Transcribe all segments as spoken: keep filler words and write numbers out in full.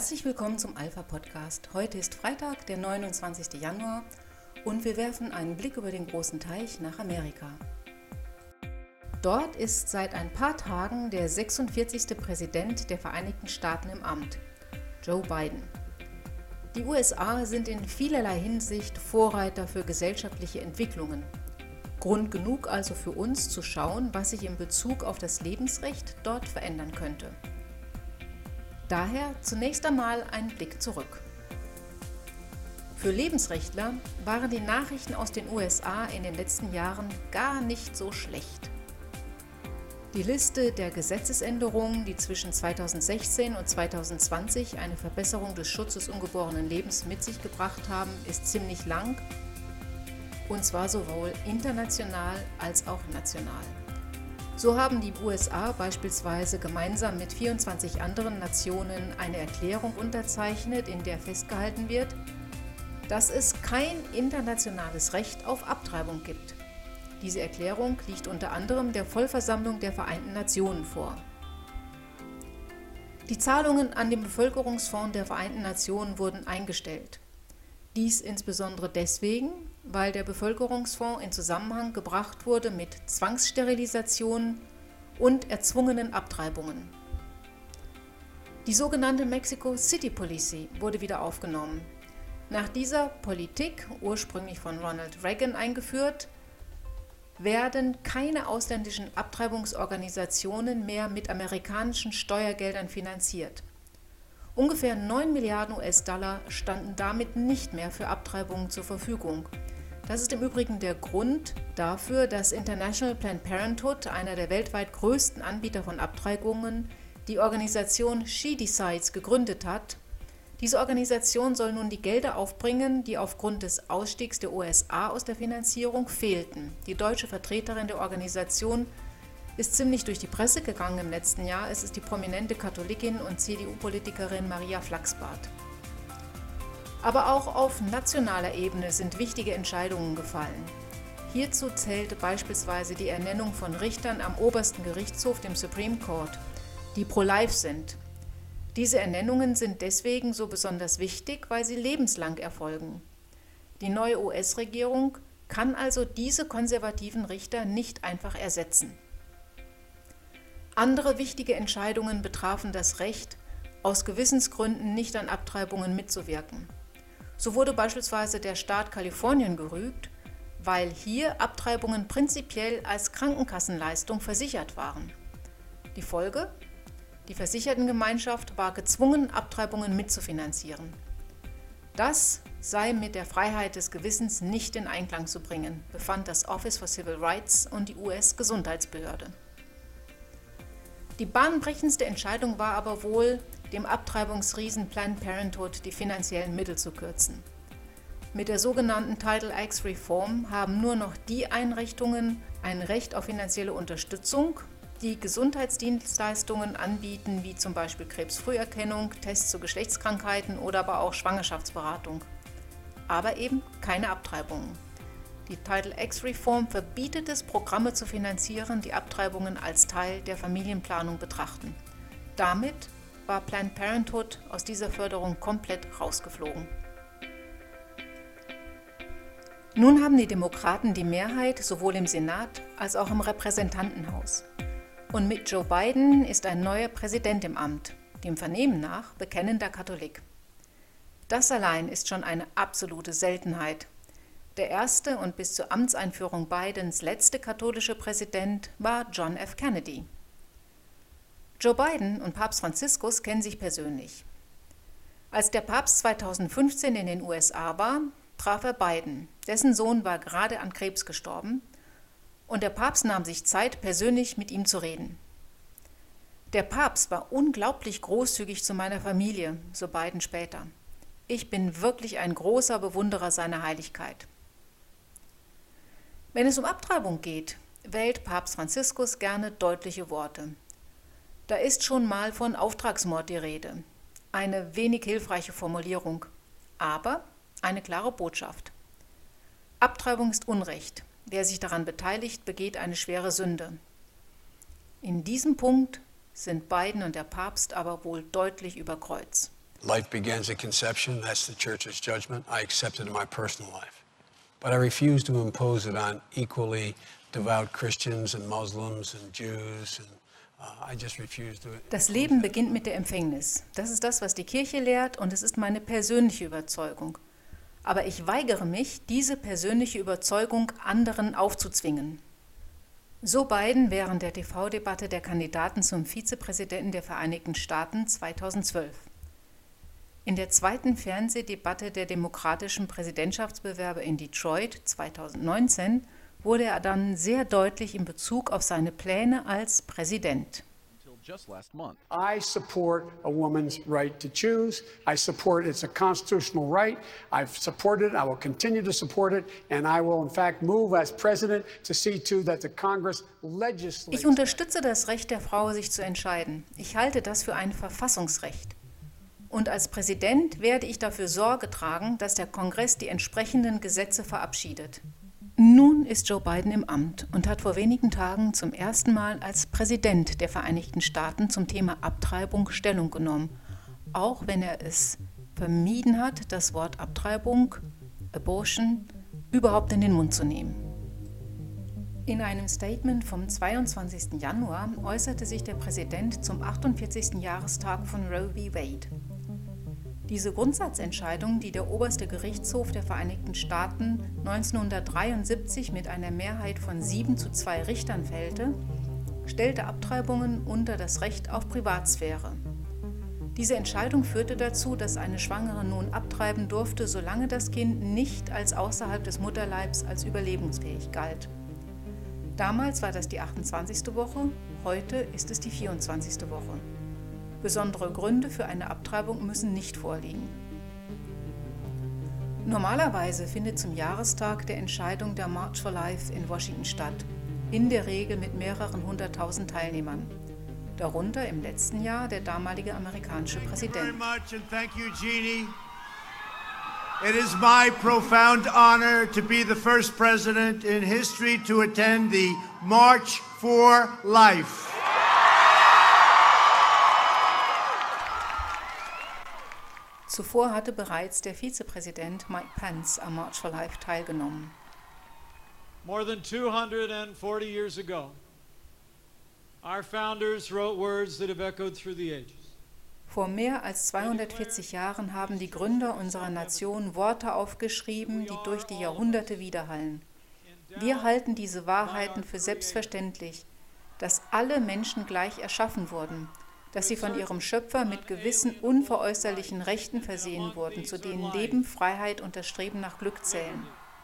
Herzlich willkommen zum Alpha-Podcast. Heute ist Freitag, der neunundzwanzigste Januar und wir werfen einen Blick über den großen Teich nach Amerika. Dort ist seit ein paar Tagen der sechsundvierzigste Präsident der Vereinigten Staaten im Amt, Joe Biden. Die U S A sind in vielerlei Hinsicht Vorreiter für gesellschaftliche Entwicklungen. Grund genug also für uns zu schauen, was sich in Bezug auf das Lebensrecht dort verändern könnte. Daher zunächst einmal ein Blick zurück. Für Lebensrechtler waren die Nachrichten aus den U S A in den letzten Jahren gar nicht so schlecht. Die Liste der Gesetzesänderungen, die zwischen zweitausendsechzehn und zweitausendzwanzig eine Verbesserung des Schutzes ungeborenen Lebens mit sich gebracht haben, ist ziemlich lang, und zwar sowohl international als auch national. So haben die U S A beispielsweise gemeinsam mit vierundzwanzig anderen Nationen eine Erklärung unterzeichnet, in der festgehalten wird, dass es kein internationales Recht auf Abtreibung gibt. Diese Erklärung liegt unter anderem der Vollversammlung der Vereinten Nationen vor. Die Zahlungen an den Bevölkerungsfonds der Vereinten Nationen wurden eingestellt. Dies insbesondere deswegen, weil der Bevölkerungsfonds in Zusammenhang gebracht wurde mit Zwangssterilisationen und erzwungenen Abtreibungen. Die sogenannte Mexico City Policy wurde wieder aufgenommen. Nach dieser Politik, ursprünglich von Ronald Reagan eingeführt, werden keine ausländischen Abtreibungsorganisationen mehr mit amerikanischen Steuergeldern finanziert. Ungefähr neun Milliarden U S-Dollar standen damit nicht mehr für Abtreibungen zur Verfügung. Das ist im Übrigen der Grund dafür, dass International Planned Parenthood, einer der weltweit größten Anbieter von Abtreibungen, die Organisation She Decides gegründet hat. Diese Organisation soll nun die Gelder aufbringen, die aufgrund des Ausstiegs der U S A aus der Finanzierung fehlten. Die deutsche Vertreterin der Organisation ist ziemlich durch die Presse gegangen im letzten Jahr. Es ist die prominente Katholikin und C D U-Politikerin Maria Flachsbart. Aber auch auf nationaler Ebene sind wichtige Entscheidungen gefallen. Hierzu zählte beispielsweise die Ernennung von Richtern am obersten Gerichtshof, dem Supreme Court, die pro-life sind. Diese Ernennungen sind deswegen so besonders wichtig, weil sie lebenslang erfolgen. Die neue U S-Regierung kann also diese konservativen Richter nicht einfach ersetzen. Andere wichtige Entscheidungen betrafen das Recht, aus Gewissensgründen nicht an Abtreibungen mitzuwirken. So wurde beispielsweise der Staat Kalifornien gerügt, weil hier Abtreibungen prinzipiell als Krankenkassenleistung versichert waren. Die Folge? Die Versichertengemeinschaft war gezwungen, Abtreibungen mitzufinanzieren. Das sei mit der Freiheit des Gewissens nicht in Einklang zu bringen, befand das Office for Civil Rights und die U S-Gesundheitsbehörde. Die bahnbrechendste Entscheidung war aber wohl, dem Abtreibungsriesen Planned Parenthood die finanziellen Mittel zu kürzen. Mit der sogenannten Title X Reform haben nur noch die Einrichtungen ein Recht auf finanzielle Unterstützung, die Gesundheitsdienstleistungen anbieten, wie zum Beispiel Krebsfrüherkennung, Tests zu Geschlechtskrankheiten oder aber auch Schwangerschaftsberatung. Aber eben keine Abtreibungen. Die Title X Reform verbietet es, Programme zu finanzieren, die Abtreibungen als Teil der Familienplanung betrachten. Damit war Planned Parenthood aus dieser Förderung komplett rausgeflogen. Nun haben die Demokraten die Mehrheit sowohl im Senat als auch im Repräsentantenhaus. Und mit Joe Biden ist ein neuer Präsident im Amt, dem Vernehmen nach bekennender Katholik. Das allein ist schon eine absolute Seltenheit. Der erste und bis zur Amtseinführung Bidens letzte katholische Präsident war John F. Kennedy. Joe Biden und Papst Franziskus kennen sich persönlich. Als der Papst zweitausendfünfzehn in den U S A war, traf er Biden. Dessen Sohn war gerade an Krebs gestorben und der Papst nahm sich Zeit, persönlich mit ihm zu reden. Der Papst war unglaublich großzügig zu meiner Familie, so Biden später. Ich bin wirklich ein großer Bewunderer seiner Heiligkeit. Wenn es um Abtreibung geht, wählt Papst Franziskus gerne deutliche Worte. Da ist schon mal von Auftragsmord die Rede. Eine wenig hilfreiche Formulierung, aber eine klare Botschaft. Abtreibung ist Unrecht. Wer sich daran beteiligt, begeht eine schwere Sünde. In diesem Punkt sind Biden und der Papst aber wohl deutlich über Kreuz. Life begins at conception. That's the Church's judgment. I accept it in my personal life. But I refuse to impose it on equally devout Christians and Muslims and Jews. And, uh, I just refuse to. Das Leben beginnt mit der Empfängnis. Das ist das, was die Kirche lehrt, und es ist meine persönliche Überzeugung. Aber ich weigere mich, diese persönliche Überzeugung anderen aufzuzwingen. So Biden während der T V-Debatte der Kandidaten zum Vizepräsidenten der Vereinigten Staaten zweitausendzwölf. In der zweiten Fernsehdebatte der demokratischen Präsidentschaftsbewerber in Detroit zweitausendneunzehn wurde er dann sehr deutlich in Bezug auf seine Pläne als Präsident. I support a woman's right to choose. I support it's a constitutional right. I've supported it. I will continue to support it, and I will in fact move as president to see to that the Congress legislates. Ich unterstütze das Recht der Frau, sich zu entscheiden. Ich halte das für ein Verfassungsrecht. Und als Präsident werde ich dafür Sorge tragen, dass der Kongress die entsprechenden Gesetze verabschiedet. Nun ist Joe Biden im Amt und hat vor wenigen Tagen zum ersten Mal als Präsident der Vereinigten Staaten zum Thema Abtreibung Stellung genommen, auch wenn er es vermieden hat, das Wort Abtreibung, Abortion, überhaupt in den Mund zu nehmen. In einem Statement vom zweiundzwanzigsten Januar äußerte sich der Präsident zum achtundvierzigsten Jahrestag von Roe v. Wade. Diese Grundsatzentscheidung, die der oberste Gerichtshof der Vereinigten Staaten neunzehnhundertdreiundsiebzig mit einer Mehrheit von sieben zu zwei Richtern fällte, stellte Abtreibungen unter das Recht auf Privatsphäre. Diese Entscheidung führte dazu, dass eine Schwangere nun abtreiben durfte, solange das Kind nicht als außerhalb des Mutterleibs als überlebensfähig galt. Damals war das die achtundzwanzigste Woche, heute ist es die vierundzwanzigste Woche. Besondere Gründe für eine Abtreibung müssen nicht vorliegen. Normalerweise findet zum Jahrestag der Entscheidung der March for Life in Washington statt, in der Regel mit mehreren hunderttausend Teilnehmern. Darunter im letzten Jahr der damalige amerikanische Präsident. It is my profound honor to be the first president in history to attend the March for Life. Zuvor hatte bereits der Vizepräsident Mike Pence am March for Life teilgenommen. More than two hundred forty years ago, our founders wrote words that have echoed through the ages. Vor mehr als zweihundertvierzig Jahren haben die Gründer unserer Nation Worte aufgeschrieben, die durch die Jahrhunderte widerhallen. Wir halten diese Wahrheiten für selbstverständlich, dass alle Menschen gleich erschaffen wurden, dass sie von ihrem Schöpfer mit gewissen unveräußerlichen Rechten versehen wurden, zu denen Leben, Freiheit und das Streben nach Glück zählen.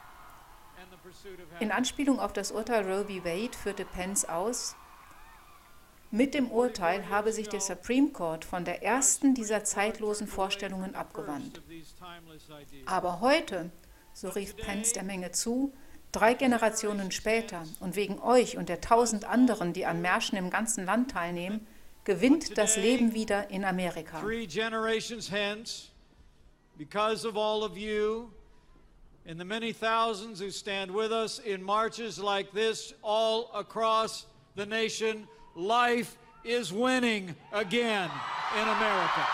In Anspielung auf das Urteil Roe v. Wade führte Pence aus: Mit dem Urteil habe sich der Supreme Court von der ersten dieser zeitlosen Vorstellungen abgewandt. Aber heute, so rief Pence der Menge zu, drei Generationen später und wegen euch und der tausend anderen, die an Märschen im ganzen Land teilnehmen, gewinnt das Leben wieder in Amerika. Three generations hence, because of all of you and the many thousands who stand with us in marches like this all across the nation, life is winning again in America.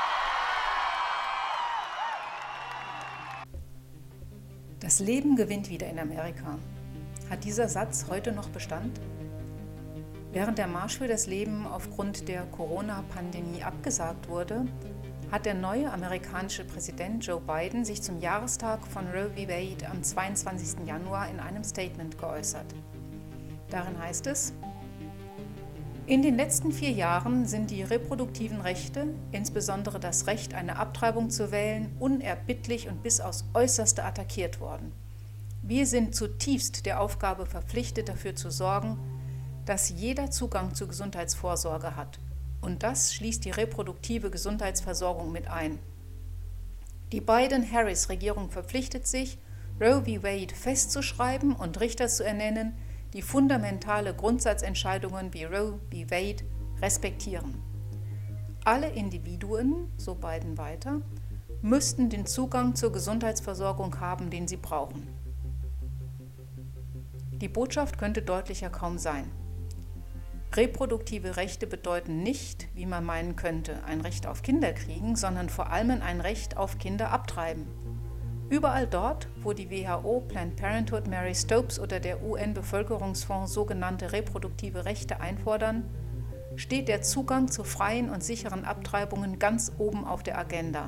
Das Leben gewinnt wieder in Amerika. Hat dieser Satz heute noch Bestand? Während der Marsch für das Leben aufgrund der Corona-Pandemie abgesagt wurde, hat der neue amerikanische Präsident Joe Biden sich zum Jahrestag von Roe v. Wade am zweiundzwanzigsten Januar in einem Statement geäußert. Darin heißt es: In den letzten vier Jahren sind die reproduktiven Rechte, insbesondere das Recht, eine Abtreibung zu wählen, unerbittlich und bis aufs Äußerste attackiert worden. Wir sind zutiefst der Aufgabe verpflichtet, dafür zu sorgen, dass jeder Zugang zur Gesundheitsvorsorge hat. Und das schließt die reproduktive Gesundheitsversorgung mit ein. Die Biden-Harris-Regierung verpflichtet sich, Roe v. Wade festzuschreiben und Richter zu ernennen, die fundamentale Grundsatzentscheidungen wie Roe v. Wade respektieren. Alle Individuen, so Biden weiter, müssten den Zugang zur Gesundheitsversorgung haben, den sie brauchen. Die Botschaft könnte deutlicher kaum sein. Reproduktive Rechte bedeuten nicht, wie man meinen könnte, ein Recht auf Kinderkriegen, sondern vor allem ein Recht auf Kinderabtreiben. Überall dort, wo die W H O, Planned Parenthood, Mary Stopes oder der U N-Bevölkerungsfonds sogenannte reproduktive Rechte einfordern, steht der Zugang zu freien und sicheren Abtreibungen ganz oben auf der Agenda.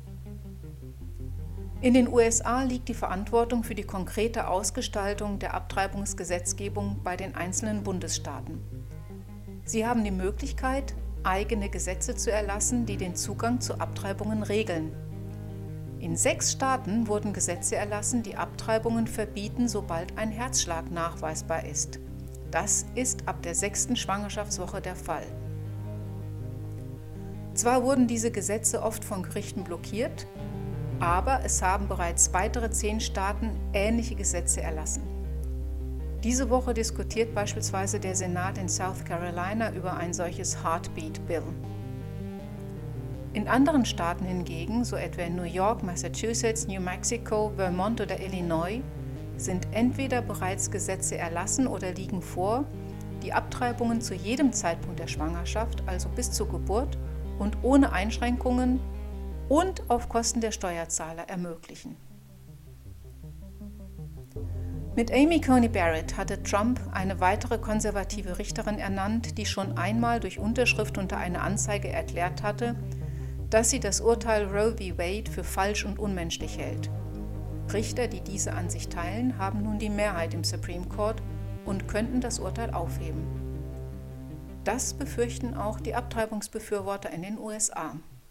In den U S A liegt die Verantwortung für die konkrete Ausgestaltung der Abtreibungsgesetzgebung bei den einzelnen Bundesstaaten. Sie haben die Möglichkeit, eigene Gesetze zu erlassen, die den Zugang zu Abtreibungen regeln. In sechs Staaten wurden Gesetze erlassen, die Abtreibungen verbieten, sobald ein Herzschlag nachweisbar ist. Das ist ab der sechsten Schwangerschaftswoche der Fall. Zwar wurden diese Gesetze oft von Gerichten blockiert, aber es haben bereits weitere zehn Staaten ähnliche Gesetze erlassen. Diese Woche diskutiert beispielsweise der Senat in South Carolina über ein solches Heartbeat Bill. In anderen Staaten hingegen, so etwa in New York, Massachusetts, New Mexico, Vermont oder Illinois, sind entweder bereits Gesetze erlassen oder liegen vor, die Abtreibungen zu jedem Zeitpunkt der Schwangerschaft, also bis zur Geburt und ohne Einschränkungen und auf Kosten der Steuerzahler ermöglichen. Mit Amy Coney Barrett hatte Trump eine weitere konservative Richterin ernannt, die schon einmal durch Unterschrift unter eine Anzeige erklärt hatte, dass sie das Urteil Roe v. Wade für falsch und unmenschlich hält. Richter, die diese Ansicht teilen, haben nun die Mehrheit im Supreme Court und könnten das Urteil aufheben. Das befürchten auch die Abtreibungsbefürworter in den U S A.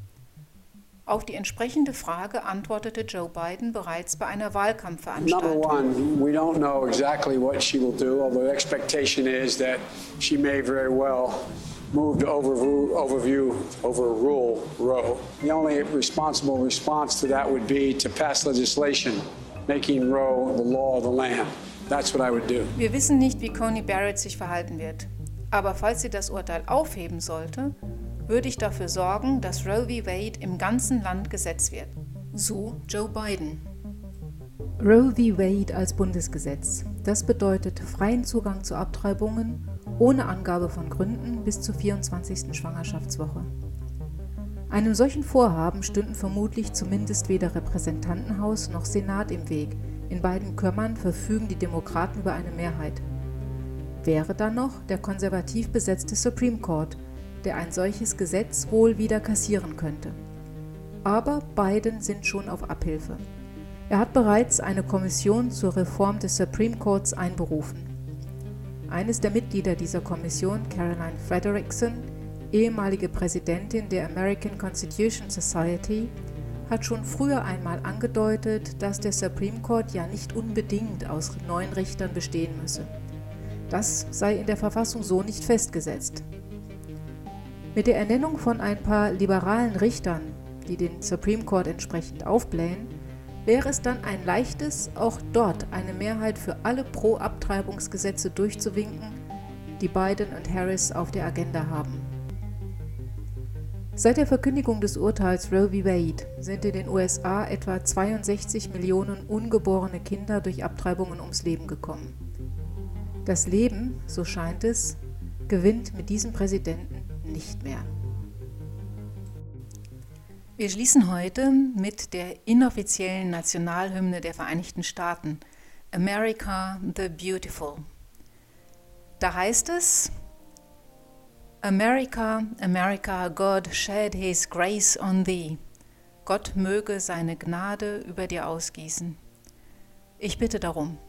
Auf die entsprechende Frage antwortete Joe Biden bereits bei einer Wahlkampfveranstaltung. Number one, we don't know exactly what she will do, although the expectation is that she may very well move to overrule, overview, overrule Roe. The only responsible response to that would be to pass legislation making Roe the law of the land. That's what I would do. Wir wissen nicht, wie Coney Barrett sich verhalten wird. Aber falls sie das Urteil aufheben sollte, würde ich dafür sorgen, dass Roe v. Wade im ganzen Land Gesetz wird. So Joe Biden. Roe v. Wade als Bundesgesetz. Das bedeutet freien Zugang zu Abtreibungen ohne Angabe von Gründen bis zur vierundzwanzigsten Schwangerschaftswoche. Einem solchen Vorhaben stünden vermutlich zumindest weder Repräsentantenhaus noch Senat im Weg. In beiden Kammern verfügen die Demokraten über eine Mehrheit. Wäre dann noch der konservativ besetzte Supreme Court, der ein solches Gesetz wohl wieder kassieren könnte. Aber Biden sind schon auf Abhilfe. Er hat bereits eine Kommission zur Reform des Supreme Courts einberufen. Eines der Mitglieder dieser Kommission, Caroline Frederickson, ehemalige Präsidentin der American Constitution Society, hat schon früher einmal angedeutet, dass der Supreme Court ja nicht unbedingt aus neun Richtern bestehen müsse. Das sei in der Verfassung so nicht festgesetzt. Mit der Ernennung von ein paar liberalen Richtern, die den Supreme Court entsprechend aufblähen, wäre es dann ein leichtes, auch dort eine Mehrheit für alle Pro-Abtreibungsgesetze durchzuwinken, die Biden und Harris auf der Agenda haben. Seit der Verkündigung des Urteils Roe v. Wade sind in den U S A etwa zweiundsechzig Millionen ungeborene Kinder durch Abtreibungen ums Leben gekommen. Das Leben, so scheint es, gewinnt mit diesem Präsidenten nicht mehr. Wir schließen heute mit der inoffiziellen Nationalhymne der Vereinigten Staaten, America the Beautiful. Da heißt es: America, America, God shed his grace on thee. Gott möge seine Gnade über dir ausgießen. Ich bitte darum.